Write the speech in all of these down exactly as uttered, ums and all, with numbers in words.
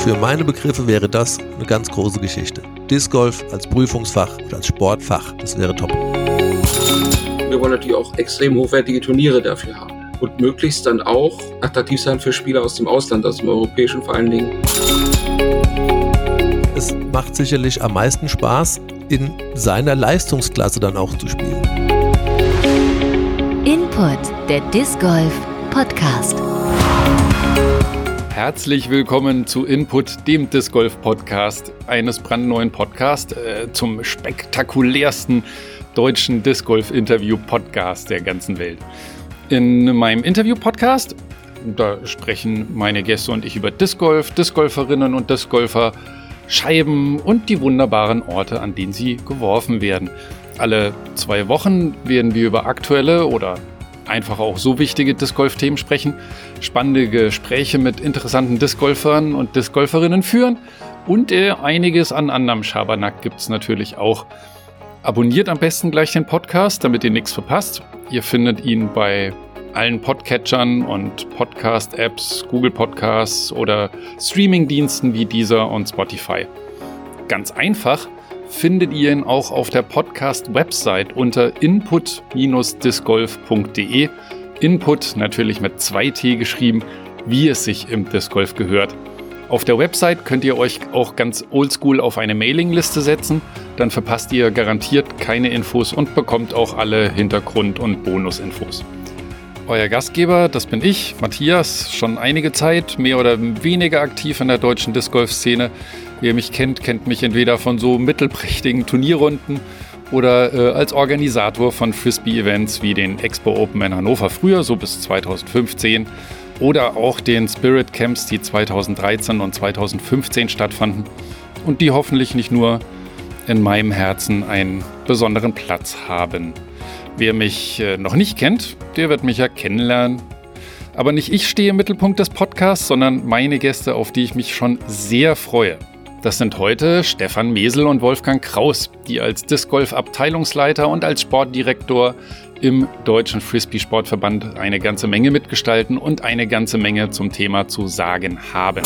für meine Begriffe wäre das eine ganz große Geschichte. Disc Golf als Prüfungsfach oder als Sportfach, das wäre top. Wir wollen natürlich auch extrem hochwertige Turniere dafür haben und möglichst dann auch attraktiv sein für Spieler aus dem Ausland, aus dem europäischen vor allen Dingen. Es macht sicherlich am meisten Spaß, in seiner Leistungsklasse dann auch zu spielen. Input, der Disc Golf Podcast. Herzlich willkommen zu Input, dem Disc Golf Podcast, eines brandneuen Podcasts äh, zum spektakulärsten deutschen Disc Golf Interview Podcast der ganzen Welt. In meinem Interview Podcast, da sprechen meine Gäste und ich über Disc Golf, Disc Golferinnen und Disc Golfer, Scheiben und die wunderbaren Orte, an denen sie geworfen werden. Alle zwei Wochen werden wir über aktuelle oder einfach auch so wichtige Disc Golf Themen sprechen, spannende Gespräche mit interessanten Disc Golfern und Disc Golferinnen führen und äh, einiges an anderem Schabernack gibt es natürlich auch. Abonniert am besten gleich den Podcast, damit ihr nichts verpasst. Ihr findet ihn bei allen Podcatchern und Podcast-Apps, Google Podcasts oder Streaming-Diensten wie Deezer und Spotify. Ganz einfach findet ihr ihn auch auf der Podcast-Website unter input dash discgolf punkt de. Input natürlich mit zwei T geschrieben, wie es sich im Disc Golf gehört. Auf der Website könnt ihr euch auch ganz oldschool auf eine Mailingliste setzen, dann verpasst ihr garantiert keine Infos und bekommt auch alle Hintergrund- und Bonusinfos. Euer Gastgeber, das bin ich, Matthias, schon einige Zeit, mehr oder weniger aktiv in der deutschen Disc Golf Szene. Wer mich kennt, kennt mich entweder von so mittelprächtigen Turnierrunden oder äh, als Organisator von Frisbee-Events wie den Expo Open in Hannover früher, so bis zweitausendfünfzehn, oder auch den Spirit Camps, die zweitausenddreizehn und zweitausendfünfzehn stattfanden und die hoffentlich nicht nur in meinem Herzen einen besonderen Platz haben. Wer mich äh, noch nicht kennt, der wird mich ja kennenlernen. Aber nicht ich stehe im Mittelpunkt des Podcasts, sondern meine Gäste, auf die ich mich schon sehr freue. Das sind heute Stefan Mesel und Wolfgang Kraus, die als Disc Golf Abteilungsleiter und als Sportdirektor im Deutschen Frisbee-Sportverband eine ganze Menge mitgestalten und eine ganze Menge zum Thema zu sagen haben.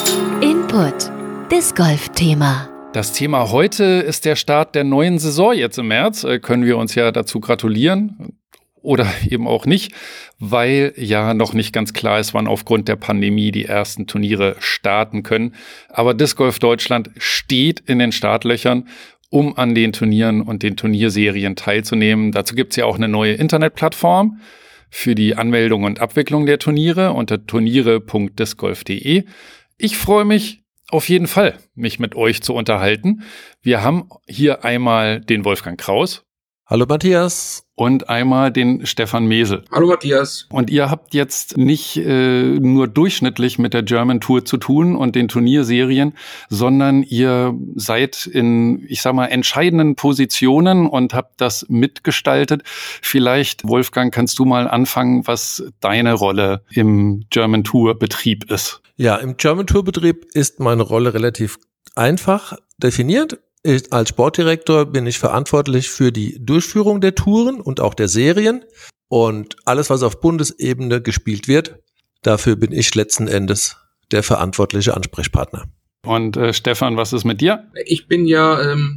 Input, Disc Golf Thema. Das Thema heute ist der Start der neuen Saison jetzt im März. Äh, können wir uns ja dazu gratulieren oder eben auch nicht, weil ja noch nicht ganz klar ist, wann aufgrund der Pandemie die ersten Turniere starten können. Aber Disc Golf Deutschland steht in den Startlöchern, um an den Turnieren und den Turnierserien teilzunehmen. Dazu gibt es ja auch eine neue Internetplattform für die Anmeldung und Abwicklung der Turniere unter turniere punkt discgolf punkt de. Ich freue mich auf jeden Fall, mich mit euch zu unterhalten. Wir haben hier einmal den Wolfgang Kraus. Hallo Matthias. Und einmal den Stefan Mesel. Hallo Matthias. Und ihr habt jetzt nicht äh, nur durchschnittlich mit der German Tour zu tun und den Turnierserien, sondern ihr seid in, ich sag mal, entscheidenden Positionen und habt das mitgestaltet. Vielleicht, Wolfgang, kannst du mal anfangen, was deine Rolle im German Tour Betrieb ist? Ja, im German Tour Betrieb ist meine Rolle relativ einfach definiert. Ich, als Sportdirektor bin ich verantwortlich für die Durchführung der Touren und auch der Serien und alles, was auf Bundesebene gespielt wird, dafür bin ich letzten Endes der verantwortliche Ansprechpartner. Und äh, Stefan, was ist mit dir? Ich bin ja ähm,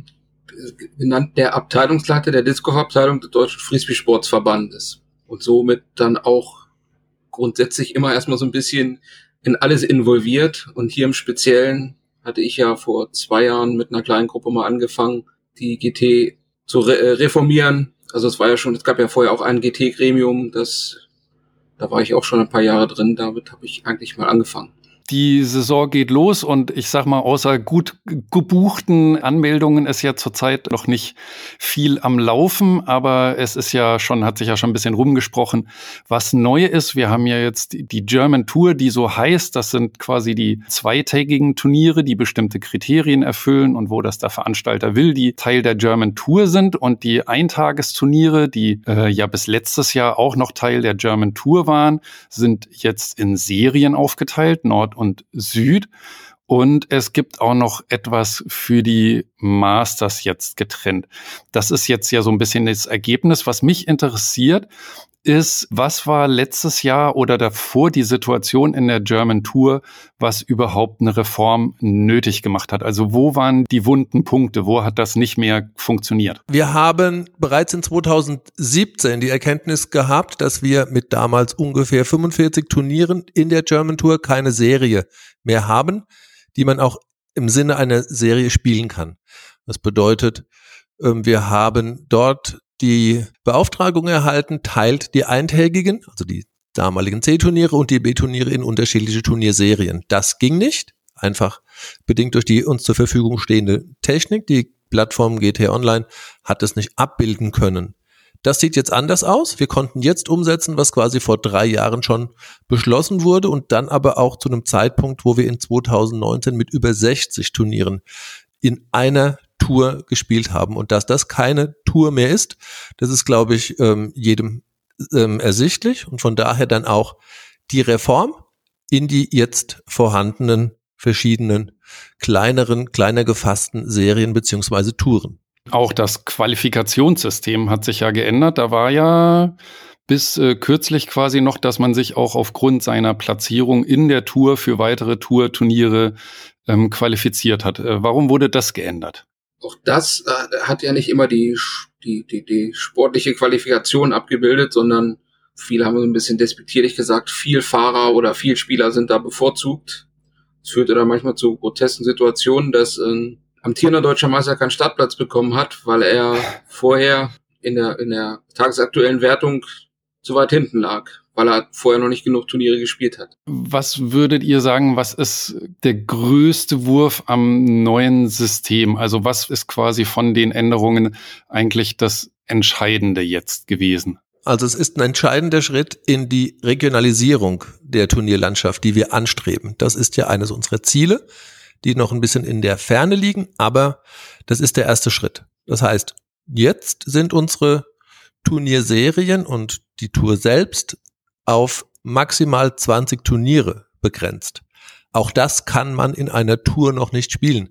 genannt der Abteilungsleiter der Disc Golf Abteilung des Deutschen Frisbee-Sportverbandes und somit dann auch grundsätzlich immer erstmal so ein bisschen in alles involviert und hier im Speziellen hatte ich ja vor zwei Jahren mit einer kleinen Gruppe mal angefangen, die G T zu re- reformieren. Also es war ja schon, es gab ja vorher auch ein G T-Gremium, das, da war ich auch schon ein paar Jahre drin, damit habe ich eigentlich mal angefangen. Die Saison geht los und ich sag mal, außer gut gebuchten Anmeldungen ist ja zurzeit noch nicht viel am Laufen, aber es ist ja schon, hat sich ja schon ein bisschen rumgesprochen, was neu ist. Wir haben ja jetzt die German Tour, die so heißt. Das sind quasi die zweitägigen Turniere, die bestimmte Kriterien erfüllen und wo das der Veranstalter will, die Teil der German Tour sind, und die Eintagesturniere, die äh, ja bis letztes Jahr auch noch Teil der German Tour waren, sind jetzt in Serien aufgeteilt, Nord und Süd. Und es gibt auch noch etwas für die Masters jetzt getrennt. Das ist jetzt ja so ein bisschen das Ergebnis. Was mich interessiert, ist, was war letztes Jahr oder davor die Situation in der German Tour, was überhaupt eine Reform nötig gemacht hat? Also wo waren die wunden Punkte? Wo hat das nicht mehr funktioniert? Wir haben bereits in zweitausendsiebzehn die Erkenntnis gehabt, dass wir mit damals ungefähr fünfundvierzig Turnieren in der German Tour keine Serie mehr haben, die man auch im Sinne einer Serie spielen kann. Das bedeutet, wir haben dort die Beauftragung erhalten, teilt die eintägigen, also die damaligen C-Turniere und die B-Turniere in unterschiedliche Turnierserien. Das ging nicht, einfach bedingt durch die uns zur Verfügung stehende Technik. Die Plattform G T Online hat es nicht abbilden können. Das sieht jetzt anders aus. Wir konnten jetzt umsetzen, was quasi vor drei Jahren schon beschlossen wurde und dann aber auch zu einem Zeitpunkt, wo wir in zweitausendneunzehn mit über sechzig Turnieren in einer Tour gespielt haben. Und dass das keine Tour mehr ist, das ist, glaube ich, ähm, jedem ähm, ersichtlich und von daher dann auch die Reform in die jetzt vorhandenen verschiedenen kleineren, kleiner gefassten Serien beziehungsweise Touren. Auch das Qualifikationssystem hat sich ja geändert. Da war ja bis äh, kürzlich quasi noch, dass man sich auch aufgrund seiner Platzierung in der Tour für weitere Tour-Turniere ähm, qualifiziert hat. Äh, warum wurde das geändert? Auch das äh, hat ja nicht immer die, die, die, die sportliche Qualifikation abgebildet, sondern viele haben so ein bisschen despektierlich gesagt, viel Fahrer oder viel Spieler sind da bevorzugt. Es führte dann manchmal zu grotesken Situationen, dass ein amtierender deutscher Meister keinen Startplatz bekommen hat, weil er vorher in der, in der tagesaktuellen Wertung zu weit hinten lag, weil er vorher noch nicht genug Turniere gespielt hat. Was würdet ihr sagen, was ist der größte Wurf am neuen System? Also was ist quasi von den Änderungen eigentlich das Entscheidende jetzt gewesen? Also es ist ein entscheidender Schritt in die Regionalisierung der Turnierlandschaft, die wir anstreben. Das ist ja eines unserer Ziele, die noch ein bisschen in der Ferne liegen, aber das ist der erste Schritt. Das heißt, jetzt sind unsere Turnierserien und die Tour selbst auf maximal zwanzig Turniere begrenzt. Auch das kann man in einer Tour noch nicht spielen.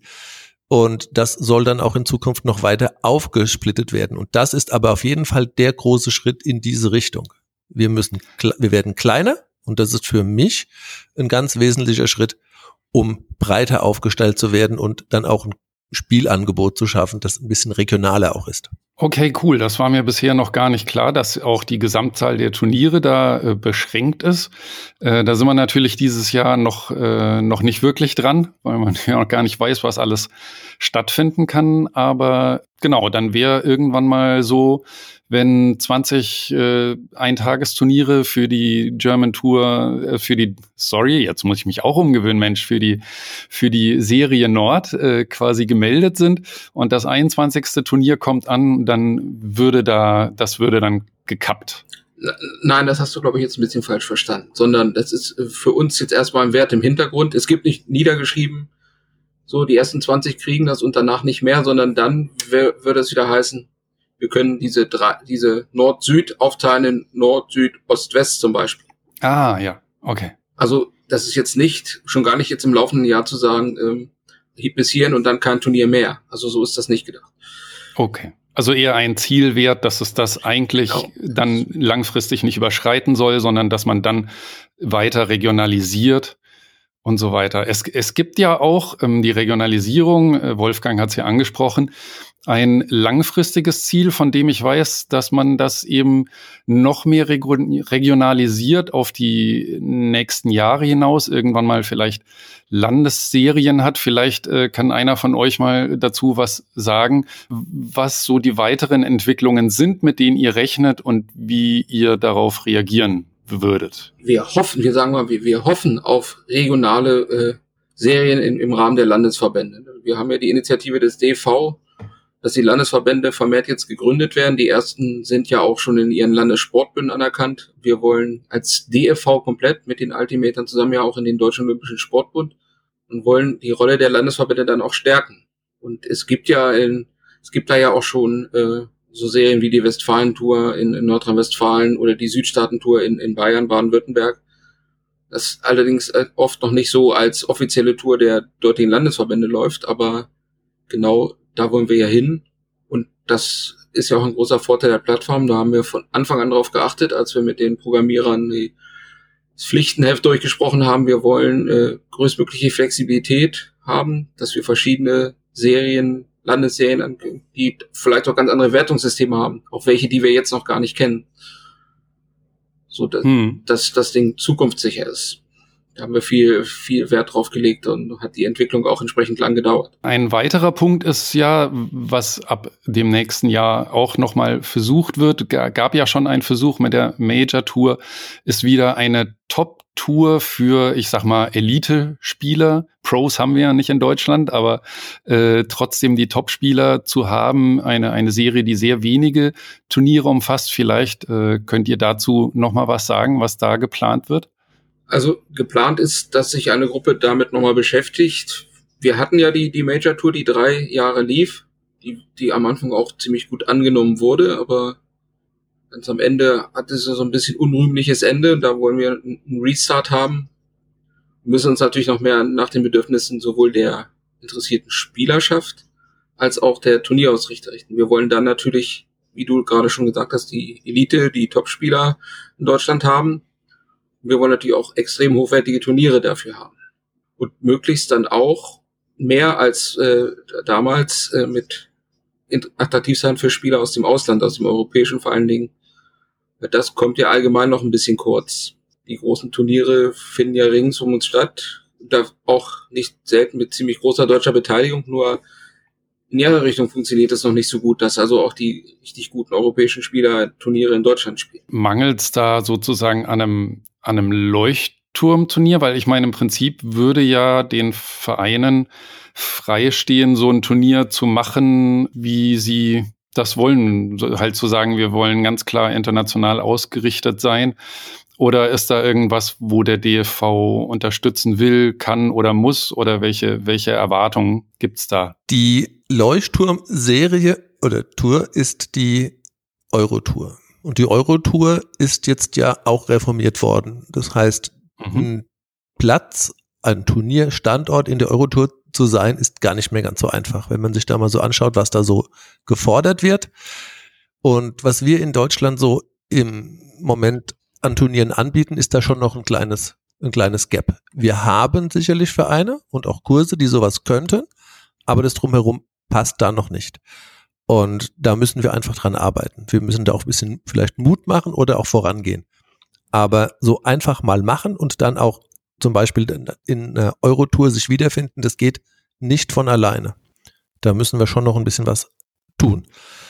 Und das soll dann auch in Zukunft noch weiter aufgesplittet werden. Und das ist aber auf jeden Fall der große Schritt in diese Richtung. Wir müssen, wir werden kleiner und das ist für mich ein ganz wesentlicher Schritt, um breiter aufgestellt zu werden und dann auch ein Spielangebot zu schaffen, das ein bisschen regionaler auch ist. Okay, cool. Das war mir bisher noch gar nicht klar, dass auch die Gesamtzahl der Turniere da äh, beschränkt ist. Äh, da sind wir natürlich dieses Jahr noch äh, noch nicht wirklich dran, weil man ja noch gar nicht weiß, was alles stattfinden kann. Aber genau, dann wäre irgendwann mal so, wenn zwanzig äh, Eintagesturniere für die German Tour, äh, für die, sorry, jetzt muss ich mich auch umgewöhnen, Mensch, für die für die Serie Nord äh, quasi gemeldet sind und das einundzwanzigste Turnier kommt an, dann würde da, das würde dann gekappt. Nein, das hast du, glaube ich, jetzt ein bisschen falsch verstanden, sondern das ist für uns jetzt erstmal ein Wert im Hintergrund. Es gibt nicht niedergeschrieben, so die ersten zwanzig kriegen das und danach nicht mehr, sondern dann würde es wieder heißen, wir können diese drei, diese Nord-Süd aufteilen in Nord, Süd, Ost, West zum Beispiel. Ah, ja, okay. Also das ist jetzt nicht, schon gar nicht jetzt im laufenden Jahr zu sagen, ähm, bis hierhin und dann kein Turnier mehr. Also so ist das nicht gedacht. Okay. Also eher ein Zielwert, dass es das eigentlich genau. dann langfristig nicht überschreiten soll, sondern dass man dann weiter regionalisiert und so weiter. Es, es gibt ja auch ähm, die Regionalisierung, äh, Wolfgang hat es ja angesprochen, ein langfristiges Ziel, von dem ich weiß, dass man das eben noch mehr regionalisiert auf die nächsten Jahre hinaus, irgendwann mal vielleicht Landesserien hat. Vielleicht äh, kann einer von euch mal dazu was sagen, was so die weiteren Entwicklungen sind, mit denen ihr rechnet und wie ihr darauf reagieren würdet. Wir hoffen, wir sagen mal, wir, wir hoffen auf regionale äh, Serien in, im Rahmen der Landesverbände. Wir haben ja die Initiative des D V, dass die Landesverbände vermehrt jetzt gegründet werden. Die ersten sind ja auch schon in ihren Landessportbünden anerkannt. Wir wollen als D F V komplett mit den Altimetern zusammen ja auch in den Deutschen Olympischen Sportbund und wollen die Rolle der Landesverbände dann auch stärken. Und es gibt ja in, es gibt da ja auch schon äh, so Serien wie die Westfalen-Tour in, in Nordrhein-Westfalen oder die Südstaaten-Tour in, in Bayern, Baden-Württemberg. Das allerdings oft noch nicht so als offizielle Tour der dortigen Landesverbände läuft, aber genau da wollen wir ja hin. Und das ist ja auch ein großer Vorteil der Plattform. Da haben wir von Anfang an drauf geachtet, als wir mit den Programmierern die, das Pflichtenheft durchgesprochen haben. Wir wollen äh, größtmögliche Flexibilität haben, dass wir verschiedene Serien, Landesserien, die vielleicht auch ganz andere Wertungssysteme haben, auch welche, die wir jetzt noch gar nicht kennen. So, dass, hm. dass das Ding zukunftssicher ist. Da haben wir viel, viel Wert drauf gelegt und hat die Entwicklung auch entsprechend lang gedauert. Ein weiterer Punkt ist ja, was ab dem nächsten Jahr auch nochmal versucht wird, gab ja schon einen Versuch mit der Major Tour, ist wieder eine Top-Tour für, ich sag mal, Elite-Spieler. Pros haben wir ja nicht in Deutschland, aber äh, trotzdem die Top-Spieler zu haben, eine, eine Serie, die sehr wenige Turniere umfasst. Vielleicht äh, könnt ihr dazu nochmal was sagen, was da geplant wird? Also geplant ist, dass sich eine Gruppe damit nochmal beschäftigt. Wir hatten ja die, die Major Tour, die drei Jahre lief, die, die am Anfang auch ziemlich gut angenommen wurde, aber ganz am Ende hatte es so ein bisschen unrühmliches Ende. Da wollen wir einen Restart haben. Wir müssen uns natürlich noch mehr nach den Bedürfnissen sowohl der interessierten Spielerschaft als auch der Turnierausrichter richten. Wir wollen dann natürlich, wie du gerade schon gesagt hast, die Elite, die Top-Spieler in Deutschland haben. Wir wollen natürlich auch extrem hochwertige Turniere dafür haben. Und möglichst dann auch mehr als äh, damals äh, mit attraktiv sein für Spieler aus dem Ausland, aus dem europäischen vor allen Dingen. Das kommt ja allgemein noch ein bisschen kurz. Die großen Turniere finden ja rings um uns statt. Da auch nicht selten mit ziemlich großer deutscher Beteiligung, nur in ihrer Richtung funktioniert es noch nicht so gut, dass also auch die richtig guten europäischen Spieler Turniere in Deutschland spielen. Mangelt es da sozusagen an einem, an einem Leuchtturmturnier? Weil ich meine, im Prinzip würde ja den Vereinen freistehen, so ein Turnier zu machen, wie sie das wollen. Halt zu sagen, wir wollen ganz klar international ausgerichtet sein. Oder ist da irgendwas, wo der D F V unterstützen will, kann oder muss? Oder welche, welche Erwartungen gibt's da? Die Leuchtturm-Serie oder Tour ist die Euro-Tour. Und die Euro-Tour ist jetzt ja auch reformiert worden. Das heißt, mhm. ein Platz, ein Turnierstandort in der Euro-Tour zu sein, ist gar nicht mehr ganz so einfach, wenn man sich da mal so anschaut, was da so gefordert wird. Und was wir in Deutschland so im Moment an Turnieren anbieten, ist da schon noch ein kleines, ein kleines Gap. Wir haben sicherlich Vereine und auch Kurse, die sowas könnten, aber das Drumherum passt da noch nicht. Und da müssen wir einfach dran arbeiten. Wir müssen da auch ein bisschen vielleicht Mut machen oder auch vorangehen. Aber so einfach mal machen und dann auch zum Beispiel in einer Euro-Tour sich wiederfinden, das geht nicht von alleine. Da müssen wir schon noch ein bisschen was tun.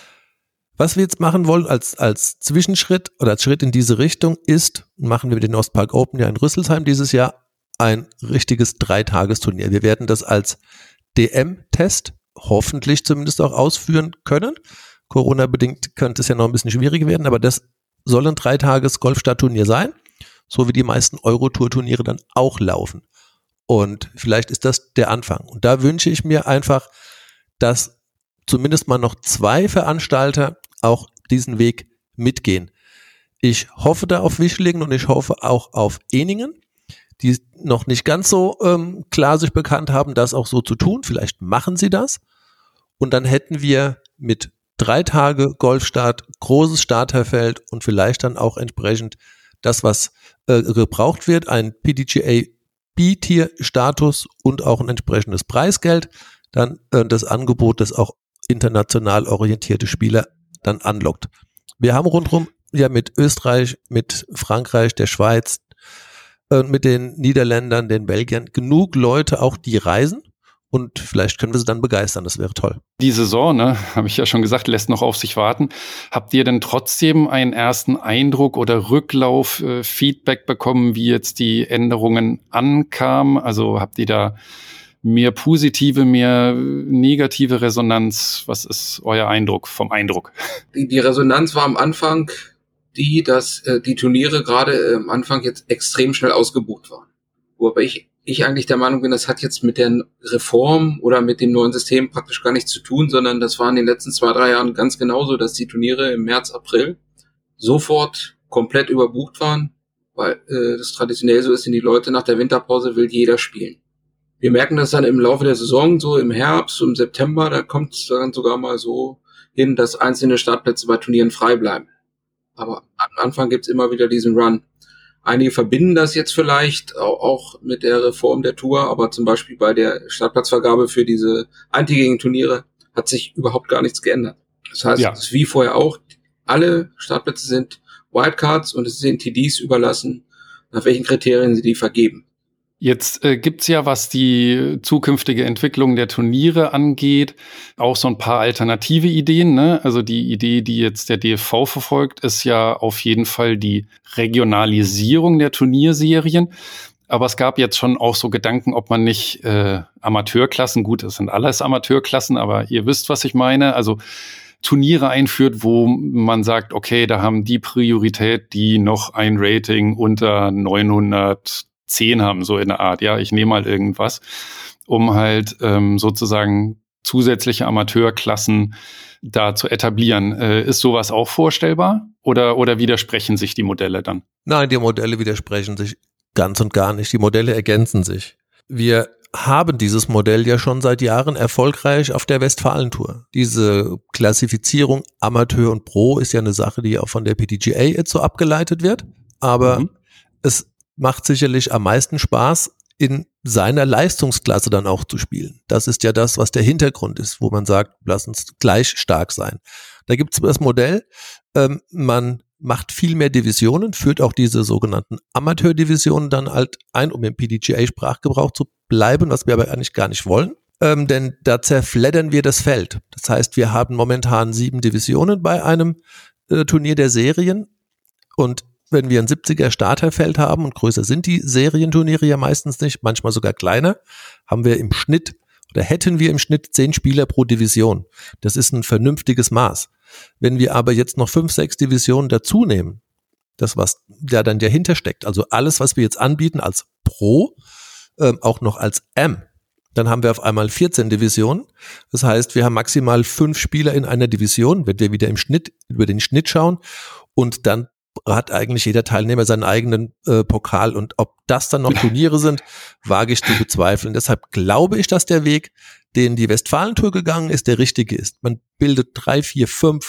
Was wir jetzt machen wollen als, als Zwischenschritt oder als Schritt in diese Richtung ist, machen wir mit den Ostpark Open ja in Rüsselsheim dieses Jahr ein richtiges Dreitagesturnier. Wir werden das als D M-Test hoffentlich zumindest auch ausführen können. Corona-bedingt könnte es ja noch ein bisschen schwieriger werden, aber das soll ein Dreitages-Golfstadtturnier sein, so wie die meisten Euro-Tour-Turniere dann auch laufen. Und vielleicht ist das der Anfang. Und da wünsche ich mir einfach, dass zumindest mal noch zwei Veranstalter auch diesen Weg mitgehen. Ich hoffe da auf Wischlingen und ich hoffe auch auf Ehningen, die noch nicht ganz so ähm, klar sich bekannt haben, das auch so zu tun. Vielleicht machen sie das. Und dann hätten wir mit drei Tage Golfstart, großes Starterfeld und vielleicht dann auch entsprechend das, was äh, gebraucht wird, ein P D G A B-Tier-Status und auch ein entsprechendes Preisgeld. Dann äh, das Angebot, das auch international orientierte Spieler dann anlockt. Wir haben rundherum ja mit Österreich, mit Frankreich, der Schweiz, äh, mit den Niederländern, den Belgiern genug Leute auch, die reisen und vielleicht können wir sie dann begeistern, das wäre toll. Die Saison, ne, habe ich ja schon gesagt, lässt noch auf sich warten. Habt ihr denn trotzdem einen ersten Eindruck oder Rücklauf, äh, Feedback bekommen, wie jetzt die Änderungen ankamen? Also habt ihr da mehr positive, mehr negative Resonanz? Was ist euer Eindruck vom Eindruck? Die, die Resonanz war am Anfang die, dass äh, die Turniere gerade äh, am Anfang jetzt extrem schnell ausgebucht waren. Wobei ich, ich eigentlich der Meinung bin, das hat jetzt mit der Reform oder mit dem neuen System praktisch gar nichts zu tun, sondern das war in den letzten zwei, drei Jahren ganz genauso, dass die Turniere im März, April sofort komplett überbucht waren, weil äh, das traditionell so ist, sind die Leute nach der Winterpause will jeder spielen. Wir merken das dann im Laufe der Saison, so im Herbst, im September, da kommt es dann sogar mal so hin, dass einzelne Startplätze bei Turnieren frei bleiben. Aber am Anfang gibt's immer wieder diesen Run. Einige verbinden das jetzt vielleicht auch mit der Reform der Tour, aber zum Beispiel bei der Startplatzvergabe für diese eintägigen Turniere hat sich überhaupt gar nichts geändert. Das heißt, ja. Es ist wie vorher auch, alle Startplätze sind Wildcards und es ist den T Ds überlassen, nach welchen Kriterien sie die vergeben. Jetzt äh, gibt's ja, was die zukünftige Entwicklung der Turniere angeht, auch so ein paar alternative Ideen, ne? Also die Idee, die jetzt der D F V verfolgt, ist ja auf jeden Fall die Regionalisierung der Turnierserien. Aber es gab jetzt schon auch so Gedanken, ob man nicht äh, Amateurklassen, gut, es sind alles Amateurklassen, aber ihr wisst, was ich meine, also Turniere einführt, wo man sagt, okay, da haben die Priorität, die noch ein Rating unter neunhundertzehn haben, so in der Art. Ja, ich nehme mal irgendwas, um halt ähm, sozusagen zusätzliche Amateurklassen da zu etablieren. Äh, ist sowas auch vorstellbar? Oder, oder widersprechen sich die Modelle dann? Nein, die Modelle widersprechen sich ganz und gar nicht. Die Modelle ergänzen sich. Wir haben dieses Modell ja schon seit Jahren erfolgreich auf der Westfalen-Tour. Diese Klassifizierung Amateur und Pro ist ja eine Sache, die auch von der P D G A jetzt so abgeleitet wird. Aber mhm. es macht sicherlich am meisten Spaß, in seiner Leistungsklasse dann auch zu spielen. Das ist ja das, was der Hintergrund ist, wo man sagt, lass uns gleich stark sein. Da gibt es das Modell, ähm, man macht viel mehr Divisionen, führt auch diese sogenannten Amateurdivisionen dann halt ein, um im P D G A-Sprachgebrauch zu bleiben, was wir aber eigentlich gar nicht wollen. Ähm, denn da zerfleddern wir das Feld. Das heißt, wir haben momentan sieben Divisionen bei einem äh, Turnier der Serien und wenn wir ein siebziger Starterfeld haben und größer sind die Serienturniere ja meistens nicht, manchmal sogar kleiner, haben wir im Schnitt oder hätten wir im Schnitt zehn Spieler pro Division. Das ist ein vernünftiges Maß. Wenn wir aber jetzt noch fünf, sechs Divisionen dazu nehmen, das was da dann dahinter steckt, also alles, was wir jetzt anbieten als Pro, ähm, auch noch als M, dann haben wir auf einmal vierzehn Divisionen. Das heißt, wir haben maximal fünf Spieler in einer Division, wenn wir wieder im Schnitt, über den Schnitt schauen und dann hat eigentlich jeder Teilnehmer seinen eigenen äh, Pokal und ob das dann noch Turniere sind, wage ich zu bezweifeln. Deshalb glaube ich, dass der Weg, den die Westfalen-Tour gegangen ist, der richtige ist. Man bildet drei, vier, fünf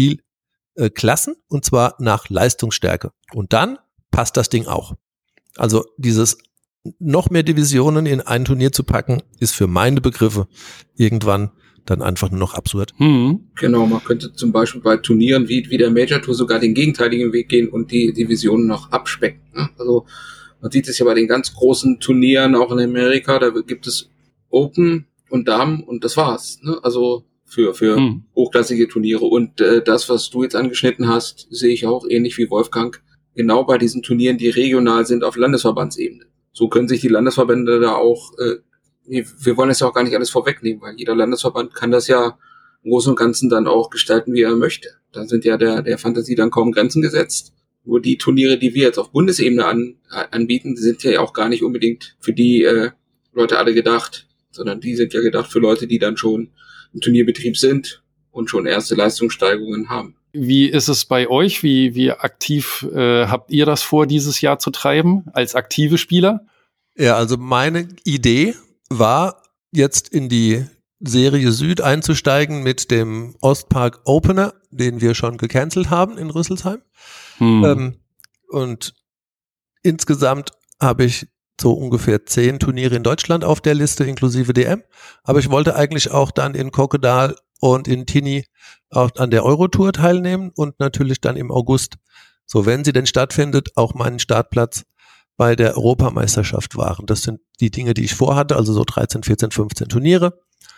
Spielklassen äh, und zwar nach Leistungsstärke. Und dann passt das Ding auch. Also dieses noch mehr Divisionen in ein Turnier zu packen, ist für meine Begriffe irgendwann dann einfach nur noch absurd. Hm. Genau, man könnte zum Beispiel bei Turnieren wie, wie der Major Tour sogar den gegenteiligen Weg gehen und die Divisionen noch abspecken. Ne? Also man sieht es ja bei den ganz großen Turnieren, auch in Amerika, da gibt es Open und Damen und das war's. Ne? Also für für hm. hochklassige Turniere. Und äh, das, was du jetzt angeschnitten hast, sehe ich auch ähnlich wie Wolfgang, genau bei diesen Turnieren, die regional sind auf Landesverbandsebene. So können sich die Landesverbände da auch äh, wir wollen es ja auch gar nicht alles vorwegnehmen, weil jeder Landesverband kann das ja im Großen und Ganzen dann auch gestalten, wie er möchte. Da sind ja der, der Fantasie dann kaum Grenzen gesetzt. Nur die Turniere, die wir jetzt auf Bundesebene an, anbieten, sind ja auch gar nicht unbedingt für die äh, Leute alle gedacht, sondern die sind ja gedacht für Leute, die dann schon im Turnierbetrieb sind und schon erste Leistungssteigerungen haben. Wie ist es bei euch? Wie, wie aktiv äh, habt ihr das vor, dieses Jahr zu treiben, als aktive Spieler? Ja, also meine Idee war, jetzt in die Serie Süd einzusteigen mit dem Ostpark Opener, den wir schon gecancelt haben in Rüsselsheim. Hm. Ähm, und insgesamt habe ich so ungefähr zehn Turniere in Deutschland auf der Liste, inklusive D M. Aber ich wollte eigentlich auch dann in Kokkedal und in Tigny auch an der Eurotour teilnehmen und natürlich dann im August, so wenn sie denn stattfindet, auch meinen Startplatz bei der Europameisterschaft waren. Das sind die Dinge, die ich vorhatte, also so dreizehn, vierzehn, fünfzehn Turniere.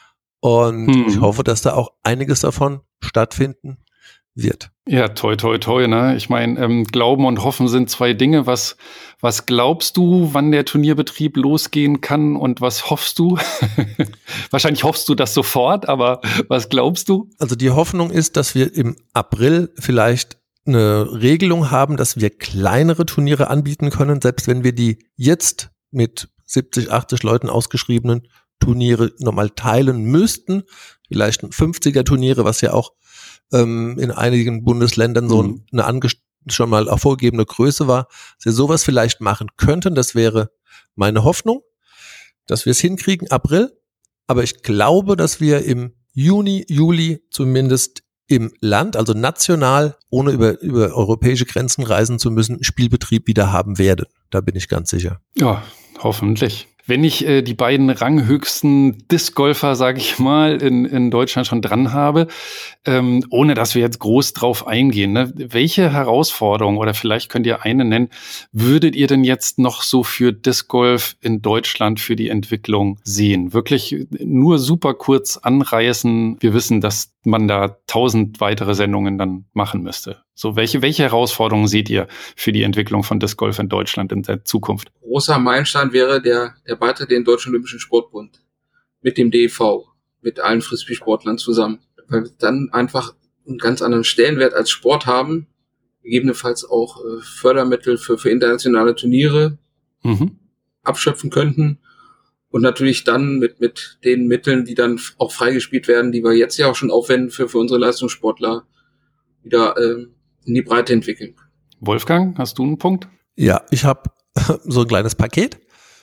Und hm. ich hoffe, dass da auch einiges davon stattfinden wird. Ja, toi, toi, toi, ne? Ich meine, ähm, Glauben und Hoffen sind zwei Dinge. Was, was glaubst du, wann der Turnierbetrieb losgehen kann und was hoffst du? Wahrscheinlich hoffst du das sofort, aber was glaubst du? Also die Hoffnung ist, dass wir im April vielleicht eine Regelung haben, dass wir kleinere Turniere anbieten können, selbst wenn wir die jetzt mit siebzig, achtzig Leuten ausgeschriebenen Turniere nochmal teilen müssten, vielleicht ein fünfziger Turniere, was ja auch ähm, in einigen Bundesländern so mhm. eine ange- schon mal auch vorgegebene Größe war, dass wir sowas vielleicht machen könnten. Das wäre meine Hoffnung, dass wir es hinkriegen, April. Aber ich glaube, dass wir im Juni, Juli zumindest im Land, also national, ohne über, über europäische Grenzen reisen zu müssen, Spielbetrieb wieder haben werden. Da bin ich ganz sicher. Ja, hoffentlich. Wenn ich äh, die beiden ranghöchsten Disc-Golfer, sage ich mal, in, in Deutschland schon dran habe, ähm, ohne dass wir jetzt groß drauf eingehen, ne? Welche Herausforderung, oder vielleicht könnt ihr eine nennen, würdet ihr denn jetzt noch so für Disc-Golf in Deutschland für die Entwicklung sehen? Wirklich nur super kurz anreißen. Wir wissen, dass man da tausend weitere Sendungen dann machen müsste. So, welche, welche Herausforderungen seht ihr für die Entwicklung von Disc Golf in Deutschland in der Zukunft? Großer Meilenstein wäre der, der Beitritt in den Deutschen Olympischen Sportbund mit dem D E V, mit allen Frisbee-Sportlern zusammen, weil wir dann einfach einen ganz anderen Stellenwert als Sport haben, gegebenenfalls auch äh, Fördermittel für, für internationale Turniere mhm. abschöpfen könnten und natürlich dann mit, mit den Mitteln, die dann auch freigespielt werden, die wir jetzt ja auch schon aufwenden für, für unsere Leistungssportler, wieder äh, in die Breite entwickeln. Wolfgang, hast du einen Punkt? Ja, ich habe so ein kleines Paket.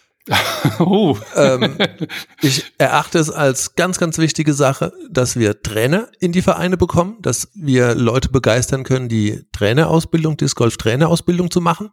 oh. ähm, ich erachte es als ganz, ganz wichtige Sache, dass wir Trainer in die Vereine bekommen, dass wir Leute begeistern können, die Trainerausbildung, Disc Golf Trainerausbildung zu machen.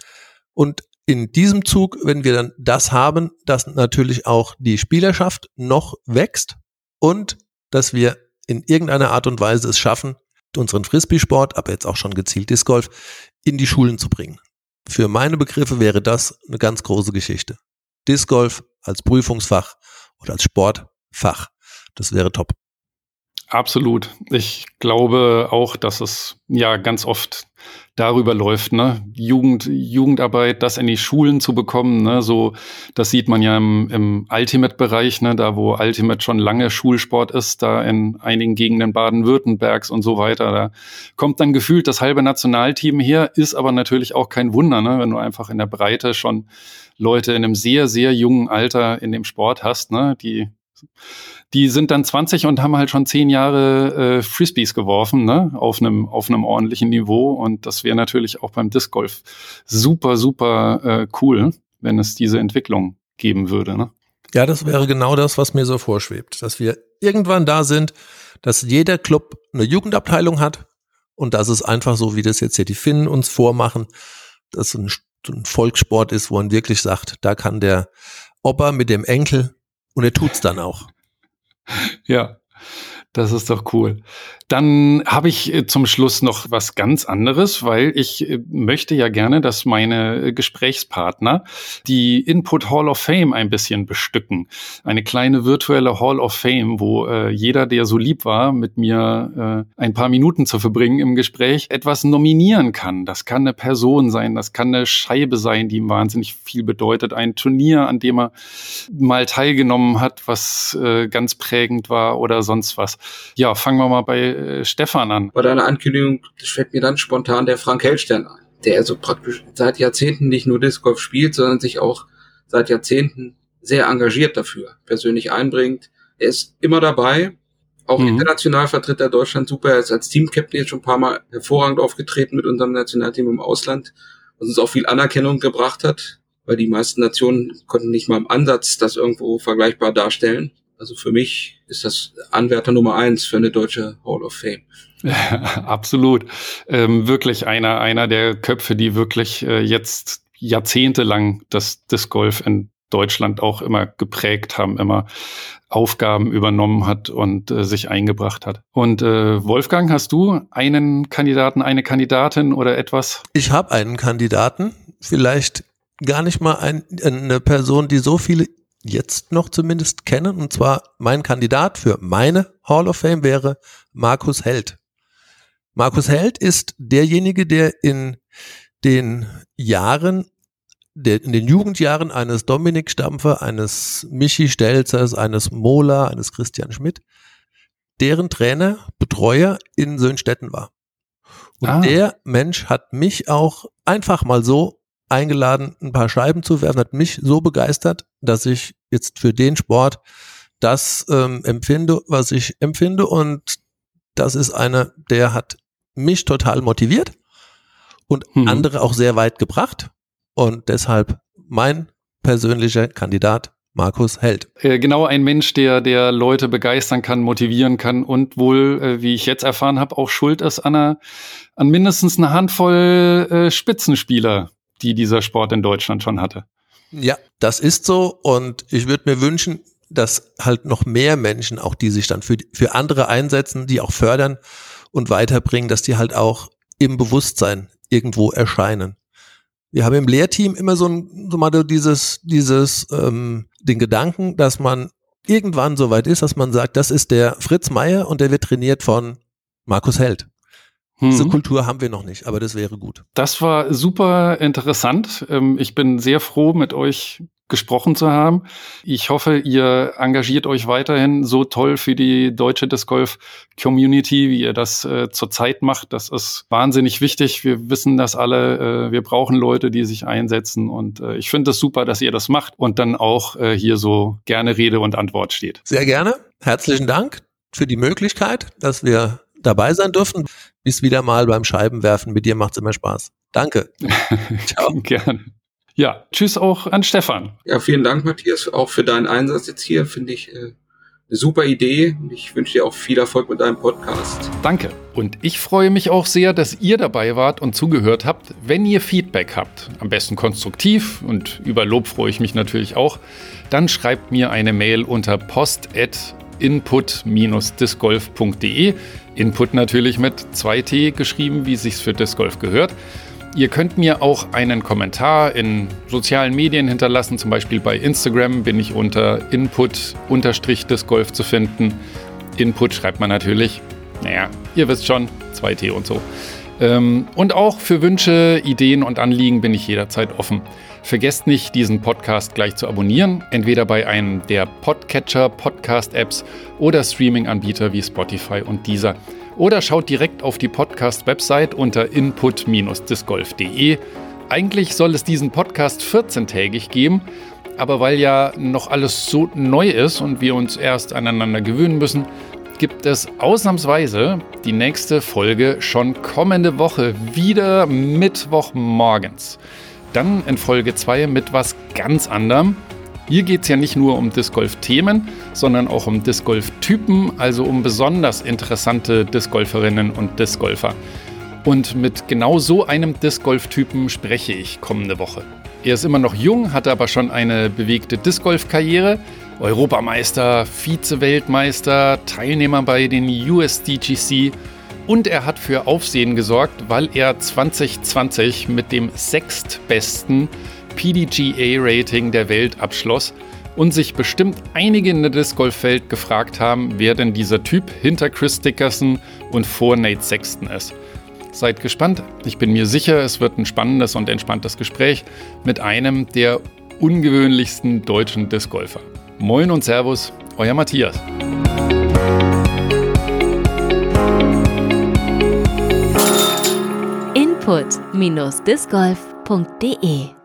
Und in diesem Zug, wenn wir dann das haben, dass natürlich auch die Spielerschaft noch wächst und dass wir in irgendeiner Art und Weise es schaffen, unseren Frisbee-Sport, aber jetzt auch schon gezielt Disc Golf, in die Schulen zu bringen. Für meine Begriffe wäre das eine ganz große Geschichte. Disc Golf als Prüfungsfach oder als Sportfach, das wäre top. Absolut. Ich glaube auch, dass es ja ganz oft darüber läuft, ne? Jugend, Jugendarbeit, das in die Schulen zu bekommen, ne? So, das sieht man ja im, im Ultimate-Bereich, ne? Da wo Ultimate schon lange Schulsport ist, da in einigen Gegenden Baden-Württembergs und so weiter, da kommt dann gefühlt das halbe Nationalteam her, ist aber natürlich auch kein Wunder, ne? Wenn du einfach in der Breite schon Leute in einem sehr, sehr jungen Alter in dem Sport hast, ne? Die Die sind dann zwanzig und haben halt schon zehn Jahre äh, Frisbees geworfen, ne, auf einem auf einem ordentlichen Niveau. Und das wäre natürlich auch beim Disc Golf super, super äh, cool, wenn es diese Entwicklung geben würde, ne? Ja, das wäre genau das, was mir so vorschwebt, dass wir irgendwann da sind, dass jeder Club eine Jugendabteilung hat und dass es einfach so, wie das jetzt hier die Finnen uns vormachen, dass ein, ein Volkssport ist, wo man wirklich sagt, da kann der Opa mit dem Enkel und er tut's dann auch. Ja, das ist doch cool. Dann habe ich zum Schluss noch was ganz anderes, weil ich möchte ja gerne, dass meine Gesprächspartner die Input Hall of Fame ein bisschen bestücken. Eine kleine virtuelle Hall of Fame, wo äh, jeder, der so lieb war, mit mir äh, ein paar Minuten zu verbringen im Gespräch, etwas nominieren kann. Das kann eine Person sein, das kann eine Scheibe sein, die ihm wahnsinnig viel bedeutet. Ein Turnier, an dem er mal teilgenommen hat, was äh, ganz prägend war oder sonst was. Ja, fangen wir mal bei äh, Stefan an. Bei deiner Ankündigung fällt mir dann spontan der Frank Hellstern ein, der also praktisch seit Jahrzehnten nicht nur Disc Golf spielt, sondern sich auch seit Jahrzehnten sehr engagiert dafür, persönlich einbringt. Er ist immer dabei, auch mhm. international vertritt er Deutschland super. Er ist als Team-Captain jetzt schon ein paar Mal hervorragend aufgetreten mit unserem Nationalteam im Ausland, was uns auch viel Anerkennung gebracht hat, weil die meisten Nationen konnten nicht mal im Ansatz das irgendwo vergleichbar darstellen. Also für mich ist das Anwärter Nummer eins für eine deutsche Hall of Fame. Ja, absolut. Ähm, wirklich einer, einer der Köpfe, die wirklich äh, jetzt jahrzehntelang das Disc Golf in Deutschland auch immer geprägt haben, immer Aufgaben übernommen hat und äh, sich eingebracht hat. Und äh, Wolfgang, hast du einen Kandidaten, eine Kandidatin oder etwas? Ich habe einen Kandidaten, vielleicht gar nicht mal ein, eine Person, die so viele jetzt noch zumindest kennen, und zwar mein Kandidat für meine Hall of Fame wäre Markus Held. Markus Held ist derjenige, der in den Jahren, der in den Jugendjahren eines Dominik Stampfer, eines Michi Stelzers, eines Mohler, eines Christian Schmidt, deren Trainer, Betreuer in Söhnstetten war. Und ah. der Mensch hat mich auch einfach mal so eingeladen, ein paar Scheiben zu werfen, hat mich so begeistert, dass ich jetzt für den Sport das ähm, empfinde, was ich empfinde, und das ist einer, der hat mich total motiviert und mhm. andere auch sehr weit gebracht, und deshalb mein persönlicher Kandidat Markus Held. Äh, genau, ein Mensch, der, der Leute begeistern kann, motivieren kann und wohl, äh, wie ich jetzt erfahren habe, auch schuld ist an, einer, an mindestens einer Handvoll äh, Spitzenspieler, die dieser Sport in Deutschland schon hatte. Ja, das ist so und ich würde mir wünschen, dass halt noch mehr Menschen, auch die sich dann für, für andere einsetzen, die auch fördern und weiterbringen, dass die halt auch im Bewusstsein irgendwo erscheinen. Wir haben im Lehrteam immer so ein, so mal dieses, dieses, ähm, den Gedanken, dass man irgendwann so weit ist, dass man sagt, das ist der Fritz Meier und der wird trainiert von Markus Held. Hm. Diese Kultur haben wir noch nicht, aber das wäre gut. Das war super interessant. Ich bin sehr froh, mit euch gesprochen zu haben. Ich hoffe, ihr engagiert euch weiterhin so toll für die deutsche Disc Golf Community, wie ihr das äh, zurzeit macht. Das ist wahnsinnig wichtig. Wir wissen das alle. Äh, wir brauchen Leute, die sich einsetzen. Und äh, ich finde es super, dass ihr das macht und dann auch äh, hier so gerne Rede und Antwort steht. Sehr gerne. Herzlichen Dank für die Möglichkeit, dass wir dabei sein dürfen. Bis wieder mal beim Scheibenwerfen. Mit dir macht's immer Spaß. Danke. Ciao. Gerne. Ja, tschüss auch an Stefan. Ja, vielen Dank, Matthias, auch für deinen Einsatz jetzt hier. Finde ich äh, eine super Idee. Ich wünsche dir auch viel Erfolg mit deinem Podcast. Danke. Und ich freue mich auch sehr, dass ihr dabei wart und zugehört habt. Wenn ihr Feedback habt, am besten konstruktiv und über Lob freue ich mich natürlich auch, dann schreibt mir eine Mail unter post at input dash discgolf punkt de. Input natürlich mit zwei T geschrieben, wie sich's für Disc Golf gehört. Ihr könnt mir auch einen Kommentar in sozialen Medien hinterlassen, zum Beispiel bei Instagram bin ich unter input-discgolf zu finden. Input schreibt man natürlich, naja, ihr wisst schon, zwei T und so. Und auch für Wünsche, Ideen und Anliegen bin ich jederzeit offen. Vergesst nicht, diesen Podcast gleich zu abonnieren, entweder bei einem der Podcatcher, Podcast-Apps oder Streaming-Anbieter wie Spotify und Deezer. Oder schaut direkt auf die Podcast-Website unter input dash discgolf punkt de. Eigentlich soll es diesen Podcast vierzehntägig geben, aber weil ja noch alles so neu ist und wir uns erst aneinander gewöhnen müssen, gibt es ausnahmsweise die nächste Folge schon kommende Woche, wieder Mittwochmorgens. Dann in Folge zwei mit was ganz anderem. Hier geht es ja nicht nur um Disc Golf-Themen, sondern auch um Disc Golf-Typen, also um besonders interessante Disc Golferinnen und Disc Golfer. Und mit genau so einem Disc Golf-Typen spreche ich kommende Woche. Er ist immer noch jung, hatte aber schon eine bewegte Disc Golf-Karriere. Europameister, Vize-Weltmeister, Teilnehmer bei den U S D G C. Und er hat für Aufsehen gesorgt, weil er zwanzig zwanzig mit dem sechstbesten P D G A-Rating der Welt abschloss und sich bestimmt einige in der Disc Golf-Welt gefragt haben, wer denn dieser Typ hinter Chris Dickerson und vor Nate Sexton ist. Seid gespannt, ich bin mir sicher, es wird ein spannendes und entspanntes Gespräch mit einem der ungewöhnlichsten deutschen Disc Golfer. Moin und Servus, euer Matthias. input dash discgolf punkt de